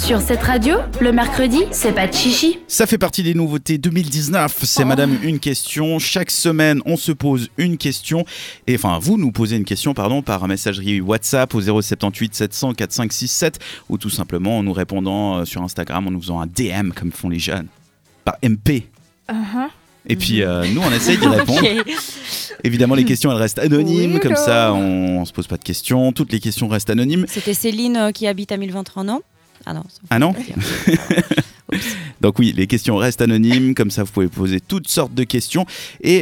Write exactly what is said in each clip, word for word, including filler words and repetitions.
Sur cette radio, le mercredi, c'est pas de chichi. Ça fait partie des nouveautés deux mille dix-neuf, c'est oh. Madame une question. Chaque semaine, on se pose une question. Et enfin, vous nous posez une question pardon, par messagerie WhatsApp au zéro sept huit sept zéro zéro quatre cinq six sept ou tout simplement en nous répondant sur Instagram, en nous faisant un D M comme font les jeunes, par M P. Uh-huh. Et puis euh, nous, on essaye d'y répondre. Okay. Évidemment, les questions, elles restent anonymes. Oui, comme non. ça, on ne se pose pas de questions. Toutes les questions restent anonymes. C'était Céline euh, qui habite à mille vingt-trois, non ? Ah non. Ah non Donc oui, les questions restent anonymes. Comme ça, vous pouvez poser toutes sortes de questions. Et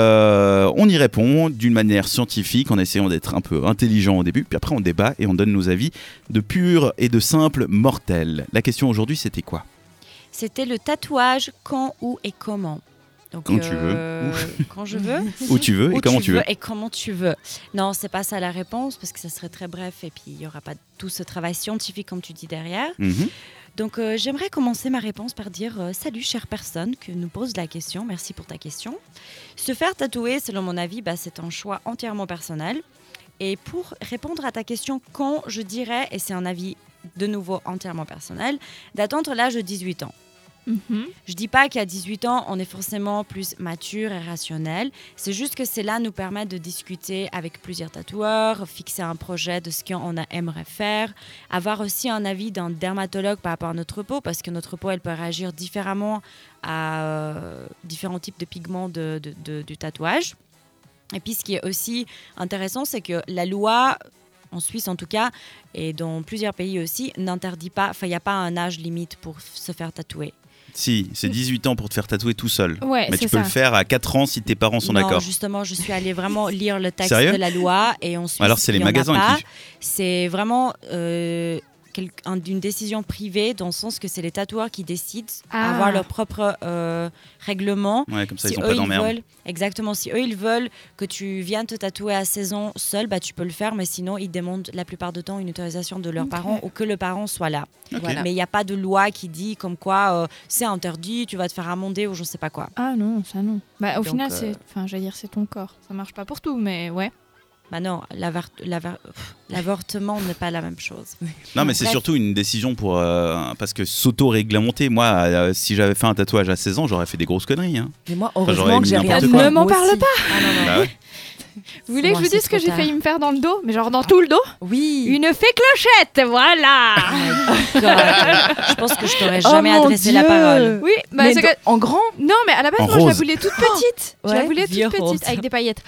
euh, on y répond d'une manière scientifique, en essayant d'être un peu intelligent au début. Puis après, on débat et on donne nos avis de purs et de simples mortels. La question aujourd'hui, c'était quoi ? C'était le tatouage, quand, où et comment. Donc, quand euh, tu veux. Quand je veux. Où tu veux et Où comment tu, tu veux. veux. Et comment tu veux. Non, c'est pas ça la réponse parce que ça serait très bref et puis il n'y aura pas tout ce travail scientifique comme tu dis derrière. Mm-hmm. Donc euh, j'aimerais commencer ma réponse par dire euh, salut chère personne qui nous pose la question. Merci pour ta question. Se faire tatouer, selon mon avis, bah, c'est un choix entièrement personnel. Et pour répondre à ta question, quand je dirais, et c'est un avis de nouveau entièrement personnel, d'attendre l'âge de dix-huit ans. Mm-hmm. Je dis pas qu'à dix-huit ans, on est forcément plus mature et rationnel. C'est juste que cela nous permet de discuter avec plusieurs tatoueurs, fixer un projet de ce qu'on aimerait faire, avoir aussi un avis d'un dermatologue par rapport à notre peau, parce que notre peau, elle peut réagir différemment à euh, différents types de pigments de, de, de, du tatouage. Et puis, ce qui est aussi intéressant, c'est que la loi, en Suisse en tout cas, et dans plusieurs pays aussi, n'interdit pas, enfin, il n'y a pas un âge limite pour se faire tatouer. Si, c'est dix-huit ans pour te faire tatouer tout seul. Ouais, mais tu peux ça. le faire à quatre ans si tes parents sont non, d'accord. Non, justement, je suis allée vraiment lire le texte Sérieux de la loi. Et en Suisse, alors, c'est les magasins qui... C'est vraiment euh, quel... une décision privée dans le sens que c'est les tatoueurs qui décident ah. avoir leur propre euh, règlement. Ouais, comme ça, si ils n'ont pas d'emmerde. Veulent... Exactement. Si eux, ils veulent que tu viennes te tatouer à seize ans seul, bah, tu peux le faire. Mais sinon, ils demandent la plupart du temps une autorisation de leurs okay. parents ou que le parent soit là. Okay. Voilà. Mais il n'y a pas de loi qui dit comme quoi euh, c'est interdit, tu vas te faire amender ou je ne sais pas quoi. Ah non, ça non. Bah, au Donc, final, euh... c'est... Enfin, j'allais dire, c'est ton corps. Ça marche pas pour tout, mais ouais. Bah non, l'avar- l'avar- l'avortement n'est pas la même chose. Non, mais c'est Bref. surtout une décision pour euh, parce que s'auto-réglementer. Moi, euh, si j'avais fait un tatouage à seize ans, j'aurais fait des grosses conneries. Hein. Mais moi, heureusement enfin, que j'ai rien fait. Ne m'en parle pas. Ah, non, non. Bah ouais. Vous voulez que je vous dise ce que j'ai failli me faire dans le dos ? Mais genre dans tout le dos ? Oui. Une fée clochette, voilà. Oh je pense que je t'aurais jamais oh adressé Dieu. la parole. Oui, bah mais c'est dans, que... en grand ? Non, mais à la base, en moi, rose. je la voulais toute petite. Ouais. Je la voulais Vieux toute petite, rose. avec des paillettes.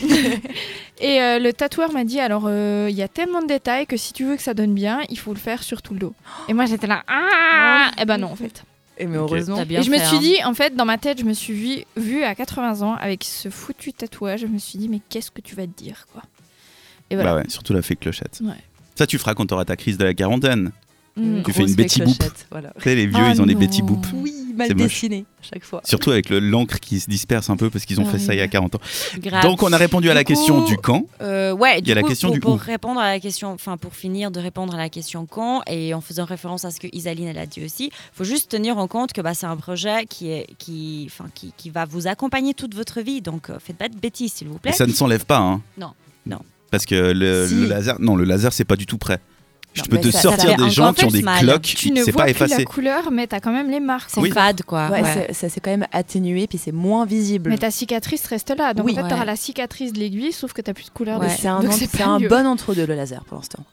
Et euh, le tatoueur m'a dit, alors, il euh, y a tellement de détails que si tu veux que ça donne bien, il faut le faire sur tout le dos. Et moi, j'étais là, ah Eh ben non, en fait. Et mais heureusement. Okay. Et je me fait, suis hein. dit, en fait, dans ma tête, je me suis vue vu à quatre-vingts ans avec ce foutu tatouage. Je me suis dit, mais qu'est-ce que tu vas te dire, quoi. Et voilà. Bah ouais, surtout la fée clochette. Ouais. Ça, tu feras quand tu auras ta crise de la quarantaine. Mmh. Tu fais une Betty Boop. Voilà. Tu sais, les vieux, Ah ils ont non. des Betty Boop. Oui, mal C'est moche. dessiné chaque fois. Surtout avec le, l'encre qui se disperse un peu parce qu'ils ont Ah fait oui. ça il y a quarante ans. Grave. Donc, on a répondu à Du la coup, question du quand. Euh, ouais, Il y a du la coup, question pour, du pour où. répondre à la question, enfin pour finir de répondre à la question quand et en faisant référence à ce que Isaline elle a dit aussi, faut juste tenir en compte que bah, c'est un projet qui est qui, enfin qui, qui va vous accompagner toute votre vie. Donc euh, faites pas de bêtises s'il vous plaît. Et ça ne s'enlève pas. Hein. Non, non. Parce que le, Si. le laser, non, le laser, c'est pas du tout prêt. Je Non, peux mais te ça- ça sortir fait des encore gens qui ont plus des mal. cloques, Tu ne c'est vois pas plus effacé. la couleur, mais t'as quand même les marques. C'est Oui. fade quoi. Ouais, Ouais. c'est- ça s'est quand même atténué, puis c'est moins visible. Mais ta cicatrice reste là. Donc Oui. en fait, Ouais. t'auras la cicatrice de l'aiguille, sauf que t'as plus de couleur Ouais. dessus. C'est un, Donc en- c'est c'est pas un mieux. bon entre-deux, le laser, pour l'instant.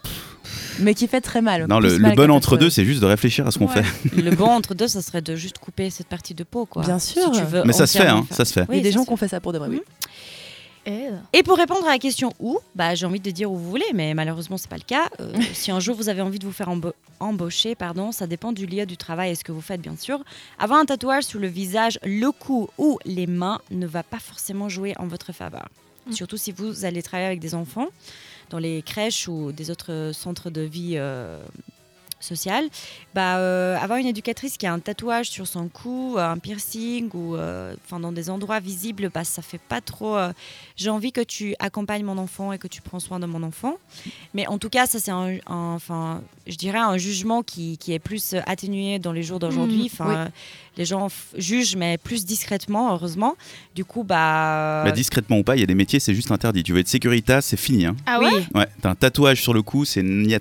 Mais qui fait très mal. Non, Plus le, mal le bon qu'à entre-deux, tatouer. c'est juste de réfléchir à ce qu'on Ouais. fait. Le bon entre deux, ça serait de juste couper cette partie de peau quoi. Bien sûr. Si tu veux Mais ça se fait, entièrement hein, faire. ça se fait. Il y a Oui, des ça gens se qui ont fait ça pour de vrai, oui. Eh. Et pour répondre à la question où, bah, j'ai envie de dire où vous voulez, mais malheureusement, c'est pas le cas. Euh, si un jour vous avez envie de vous faire embo- embaucher, pardon, ça dépend du lieu du travail et ce que vous faites, bien sûr. Avoir un tatouage sur le visage, le cou ou les mains ne va pas forcément jouer en votre faveur. Mm. Surtout si vous allez travailler avec des enfants dans les crèches ou des autres centres de vie euh, sociale. Bah, euh, avoir une éducatrice qui a un tatouage sur son cou, un piercing ou euh, dans des endroits visibles, bah, ça fait pas trop... Euh, j'ai envie que tu accompagnes mon enfant et que tu prends soin de mon enfant. Mais en tout cas, ça c'est un, un, enfin, je dirais un jugement qui, qui est plus atténué dans les jours d'aujourd'hui. Enfin, Mmh, oui. euh, les gens f- jugent, mais plus discrètement, heureusement. Du coup, bah... Bah, discrètement ou pas, il y a des métiers, c'est juste interdit. Tu veux être sécuritas, c'est fini. Hein. Ah ouais oui. Ouais, t'as un tatouage sur le cou, c'est niette.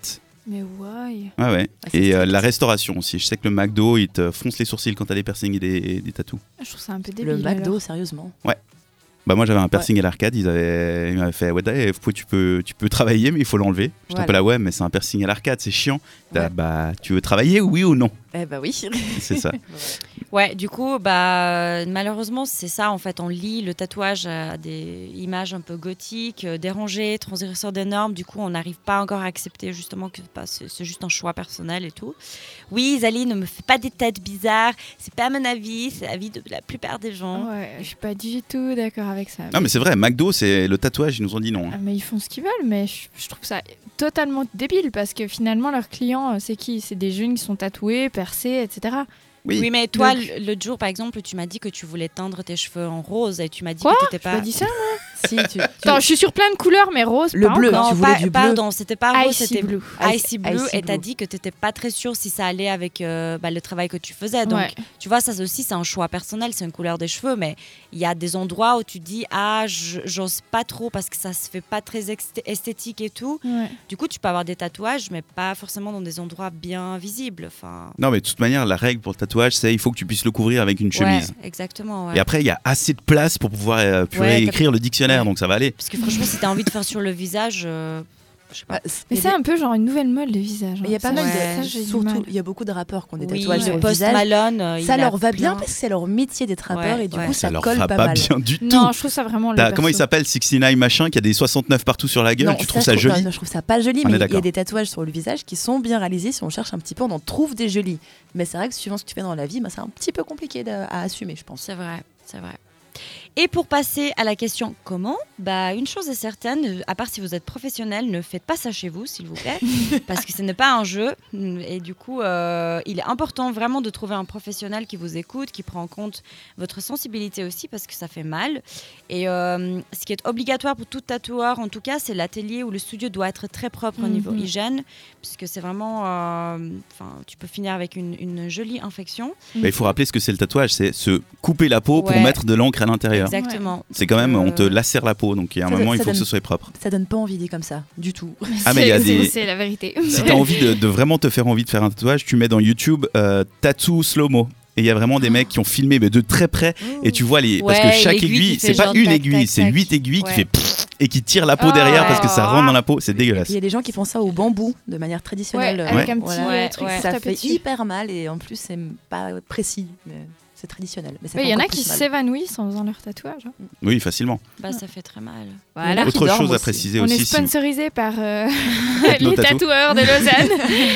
Mais why? Ouais, ouais. Ah, c'est Et euh, strict. la restauration aussi. Je sais que le McDo, il te fronce les sourcils quand t'as des piercings et des, des tatous. Je trouve ça un peu débile. Le McDo, alors. sérieusement. Bah moi j'avais un piercing à l'arcade, ils avaient, ils m'avaient fait ouais Dave, tu peux tu peux travailler mais il faut l'enlever. J'étais Voilà. un peu là ouais mais c'est un piercing à l'arcade, c'est chiant. T'as, Ouais. Bah tu veux travailler oui ou non? Eh bah oui. C'est ça. Ouais, du coup, bah, malheureusement, c'est ça. En fait, on lie le tatouage à des images un peu gothiques, euh, dérangées, transgresseurs des normes. Du coup, on n'arrive pas encore à accepter justement que bah, c'est, c'est juste un choix personnel et tout. Oui, Zali, ne me fais pas des têtes bizarres. C'est pas mon avis, c'est l'avis de la plupart des gens. Ouais, je suis pas du tout d'accord avec ça. Non mais c'est vrai, McDo c'est le tatouage, ils nous ont dit non. Ah, mais ils font ce qu'ils veulent, mais je, je trouve ça totalement débile parce que finalement leurs clients, euh, c'est qui? C'est des jeunes qui sont tatoués, percés, et cetera. Oui. Oui, mais toi, Donc- l- l'autre jour, par exemple, tu m'as dit que tu voulais teindre tes cheveux en rose et tu m'as dit Quoi? que t'étais J'ai pas. pas dit ça. Si, tu, tu- Attends, je suis sur plein de couleurs, mais rose, Le pas bleu. encore. Non, tu voulais pas- du bleu. pardon, c'était pas rose, Icy c'était blue. Icy Blue. Icy Et t'as Blue. dit que t'étais pas très sûre si ça allait avec euh, bah, le travail que tu faisais. Donc, Ouais. tu vois, ça c'est aussi, c'est un choix personnel, c'est une couleur des cheveux, mais il y a des endroits où tu dis, ah, je- j'ose pas trop parce que ça se fait pas très ext- esthétique et tout. Ouais. Du coup, tu peux avoir des tatouages, mais pas forcément dans des endroits bien visibles. Enfin, Non mais de toute manière la règle pour le tatouage c'est il faut que tu puisses le couvrir avec une chemise. ouais, exactement. Ouais. Et après il y a assez de place pour pouvoir euh, purée, Ouais, t'as- écrire le dictionnaire Ouais. donc ça va aller. Parce que franchement, si t'as envie de faire sur le visage, euh, je sais pas. Bah, Mais il y c'est a un peu genre une nouvelle mode, les visages. Mais il y a pas Ça, mal Ouais. ça, de. j'ai du Surtout, mal. il y a beaucoup de rappeurs qui ont des Oui, tatouages sur le Post visage. Malone, euh, Ça il leur a va bien plein. parce que c'est leur métier d'être rappeur Ouais, et du ouais. coup Ça ça leur colle va pas, pas mal. bien du tout. Non, je trouve ça vraiment. le T'as- comment il perso. s'appelle soixante-neuf machin qui a des soixante-neuf partout sur la gueule, Non, tu trouves ça je trouve- joli? non, je trouve ça pas joli, On est mais il y d'accord. a des tatouages sur le visage qui sont bien réalisés. Si on cherche un petit peu, on en trouve des jolis. Mais c'est vrai que suivant ce que tu fais dans la vie, bah, c'est un petit peu compliqué de- à assumer, je pense. C'est vrai, c'est vrai. Et pour passer à la question comment, bah une chose est certaine, à part si vous êtes professionnel, ne faites pas ça chez vous, s'il vous plaît, parce que ce n'est pas un jeu. Et du coup, euh, il est important vraiment de trouver un professionnel qui vous écoute, qui prend en compte votre sensibilité aussi, parce que ça fait mal. Et euh, ce qui est obligatoire pour tout tatoueur, en tout cas, c'est l'atelier ou le studio doit être très propre au niveau Mhm. hygiène, puisque c'est vraiment, euh, enfin, tu peux finir avec une, une jolie infection. Bah, il faut rappeler ce que c'est le tatouage, c'est se couper la peau pour Ouais. mettre de l'encre à l'intérieur. Exactement. C'est quand même, Euh, on te lacère la peau, donc il y a un Ça- moment, il ça faut que donne- ce soit propre. Ça donne pas envie dit comme ça, du tout. Ah, mais il y a C'est- des- C'est la vérité. Si t'as envie de, de vraiment te faire envie de faire un tatouage, tu mets dans YouTube euh, tattoo slow-mo. Et il y a vraiment des mecs qui ont filmé mais de très près. Et tu vois les. Parce Ouais, que chaque l'aiguille aiguille, qui fait c'est pas genre une tac, aiguille, tac, c'est tac. huit aiguilles Ouais. qui fait pfff et qui tire la peau Oh. derrière parce que ça rentre dans la peau. C'est dégueulasse. Il y a des gens qui font ça au bambou de manière Ouais, traditionnelle. avec Ouais. un petit Ouais, euh, truc ouais. pour Ça taper fait dessus. hyper mal et en plus c'est pas précis, mais c'est traditionnel. Mais ça Ouais, fait il y en a encore qui plus mal. s'évanouissent en faisant leur tatouage. hein. Oui, facilement. Bah, ça fait très mal. Voilà. Autre qui dorment chose à aussi. préciser On aussi. est si- sponsorisé par euh, Nos les tatous. tatoueurs de Lausanne.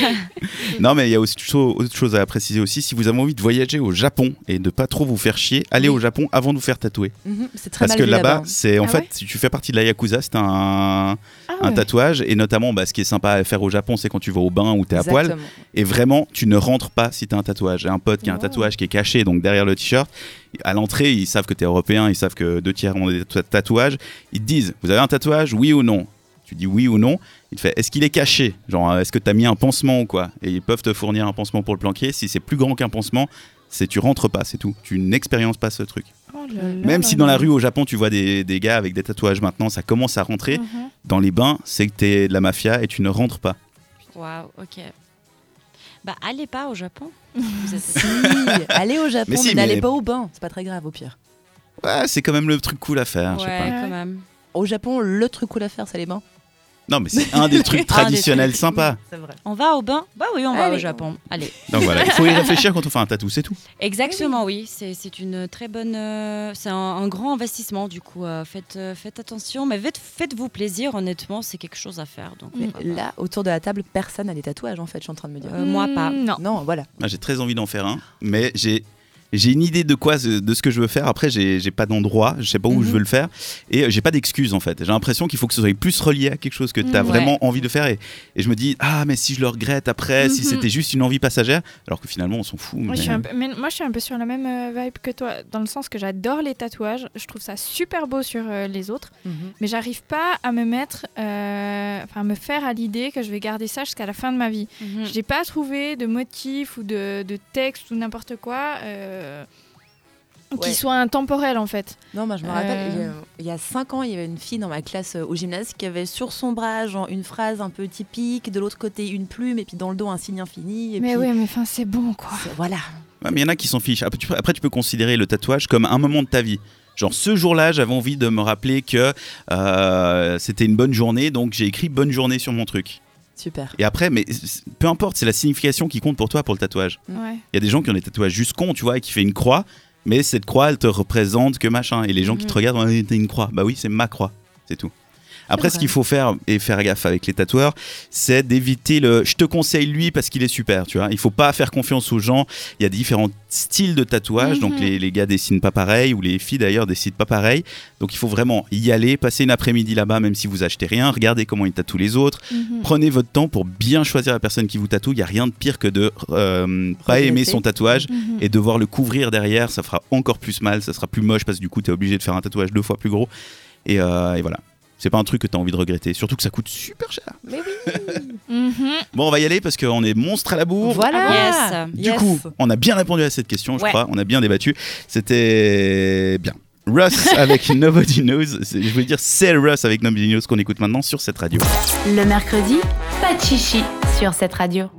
Non, mais il y a aussi cho- autre chose à préciser aussi. Si vous avez envie de voyager au Japon et de pas trop vous faire chier, allez Oui. au Japon avant de vous faire tatouer. Mhm, c'est très Parce mal que vu là-bas, là-bas. c'est en Ah fait, ouais si tu fais partie de la Yakuza, c'est un, Ah un ouais. tatouage. Et notamment, bah, ce qui est sympa à faire au Japon, c'est quand tu vas au bain ou t'es à poil. Exactement. Et vraiment, tu ne rentres pas si t'as un tatouage. J'ai un pote qui a un Wow. tatouage qui est caché, donc derrière le t-shirt. À l'entrée, ils savent que t'es européen, ils savent que deux tiers ont des tat- tatouages. Ils te disent, vous avez un tatouage, oui ou non? Tu dis oui ou non. Il te fait, est-ce qu'il est caché? Genre, est-ce que t'as mis un pansement ou quoi? Et ils peuvent te fournir un pansement pour le planquer. Si c'est plus grand qu'un pansement, c'est tu rentres pas, c'est tout. Tu n'expériences pas ce truc. Oh là là Même là si dans là. la rue au Japon, tu vois des, des gars avec des tatouages maintenant, ça commence à rentrer. Mhm. Dans les bains, c'est que t'es de la mafia et tu ne rentres pas. Waouh, ok. Bah, allez pas au Japon. Vous êtes- Si, allez au Japon, Mais mais, si, n'allez mais- pas au bain, c'est pas très grave au pire. Ouais, c'est quand même le truc cool à faire. je sais Ouais, pas. quand même. Au Japon, le truc cool à faire, c'est les bains. Non, mais c'est un des trucs traditionnels trucs. sympas. C'est vrai. On va au bain? Bah oui, on va Allez. au Japon. Allez. Donc voilà, il faut y réfléchir quand on fait un tatou, c'est tout. Exactement, oui. C'est c'est une très bonne. euh, c'est un, un grand investissement, du coup. euh, faites, euh, faites attention, mais faites, faites-vous plaisir, honnêtement, c'est quelque chose à faire. Donc, Mais pourquoi pas. Là, autour de la table, personne n'a des tatouages en fait, je suis en train de me dire. Euh, moi, pas. Non. Non, voilà. Ah, j'ai très envie d'en faire un, mais j'ai j'ai une idée de quoi, de ce que je veux faire. Après, j'ai j'ai pas d'endroit, je sais pas où Mhm. je veux le faire, et euh, j'ai pas d'excuses en fait. J'ai l'impression qu'il faut que ce soit plus relié à quelque chose que tu as Mhm. vraiment envie de faire, et, et je me dis ah mais si je le regrette après, si Mhm. c'était juste une envie passagère, alors que finalement on s'en fout. Moi, mais- je suis un peu, mais moi, je suis un peu sur la même euh, vibe que toi, dans le sens que j'adore les tatouages. Je trouve ça super beau sur euh, les autres, mais j'arrive pas à me mettre, euh, enfin, à me faire à l'idée que je vais garder ça jusqu'à la fin de ma vie. Mhm. Je n'ai pas trouvé de motif ou de, de texte ou n'importe quoi. euh, qui Ouais. soit intemporel en fait. Non, moi je me Euh. rappelle, il y a- il y a cinq ans, il y avait une fille dans ma classe euh, au gymnase qui avait sur son bras genre, une phrase un peu typique, de l'autre côté une plume, et puis dans le dos un signe infini. Et Mais puis, oui, mais enfin c'est bon quoi. c'est- Voilà. Ouais, mais il y en a qui s'en fichent. Après tu, peux, après, tu peux considérer le tatouage comme un moment de ta vie. Genre, ce jour-là, j'avais envie de me rappeler que euh, c'était une bonne journée, donc j'ai écrit bonne journée sur mon truc. Super. Et après, mais c- peu importe, c'est la signification qui compte pour toi pour le tatouage. Ouais. Il y a des gens qui ont des tatouages juste cons, tu vois, et qui fait une croix, mais cette croix, elle te représente que machin. Et les gens qui Mhm. te regardent, ouais, t'as une croix. Bah oui, c'est ma croix, c'est tout. Après, ce vrai. qu'il faut faire, et faire gaffe avec les tatoueurs, c'est d'éviter le « je te conseille lui parce qu'il est super », tu vois. Il faut pas faire confiance aux gens. Il y a différents styles de tatouage, Mhm. donc les, les gars dessinent pas pareil, ou les filles d'ailleurs dessinent pas pareil. Donc il faut vraiment y aller, passer une après-midi là-bas, même si vous achetez rien, regardez comment ils tatouent les autres. Mhm. Prenez votre temps pour bien choisir la personne qui vous tatoue. Il n'y a rien de pire que de euh, pas Regretter. aimer son tatouage Mhm. et devoir le couvrir derrière. Ça fera encore plus mal, ça sera plus moche parce que du coup, tu es obligé de faire un tatouage deux fois plus gros. Et, euh, et voilà. C'est pas un truc que tu as envie de regretter, surtout que ça coûte super cher. Mais oui. Mhm. Bon, on va y aller parce qu'on est monstre à la bourre. Voilà. Yes. Du Yes. coup, on a bien répondu à cette question, je Ouais. crois. On a bien débattu. C'était bien. Russ avec Nobody Knows. C'est- Je veux dire, c'est Russ avec Nobody Knows qu'on écoute maintenant sur cette radio. Le mercredi, pas de chichi sur cette radio.